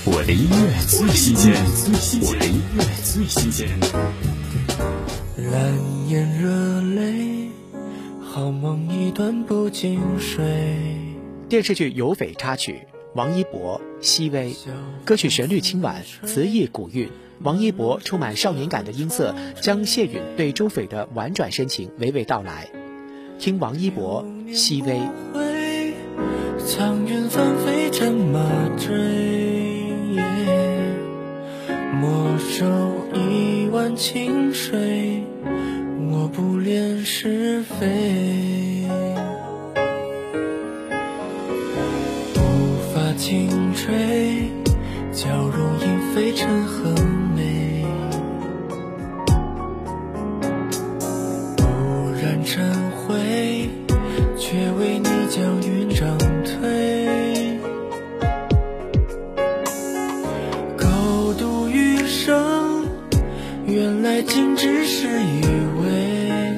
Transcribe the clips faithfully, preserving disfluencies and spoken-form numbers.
我的音乐最新鲜，我的音乐最新鲜。 蓝眼热泪，好梦一段不经睡。 电视剧《有匪》插曲，王一博、熹微。歌曲旋律轻婉，词意古韵。王一博充满少年感的音色，将谢允对周斐的婉转深情娓娓道来。听王一博、熹微。 苍云翻飞战马追，莫守一湾清水，我不恋是非。无法轻吹，娇容已非尘和美，不染尘灰，却为你将云涨退。狗度余生，原来仅只是以为。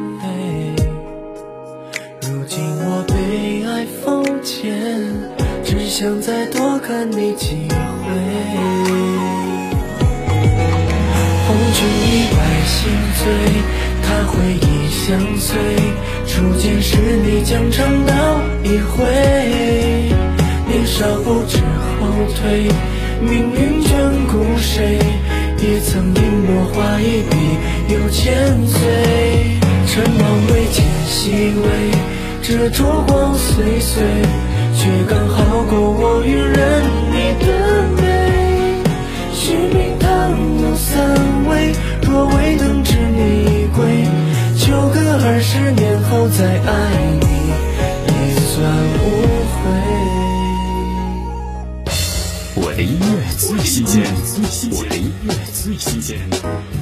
如今我被爱封缄，只想再多看你几回。红军一百心醉，他回忆相随，初见时你将尝到一回。年少不知后退，命运眷顾谁，也曾因墨画一笔又千岁。尘网未见细微，这烛光岁岁，却刚好够我晕染你的美。虚名堂有三位，若未能知你归，就隔二十年后再爱你，也算无悔。 我的音乐最新鲜，我的音乐最新鲜。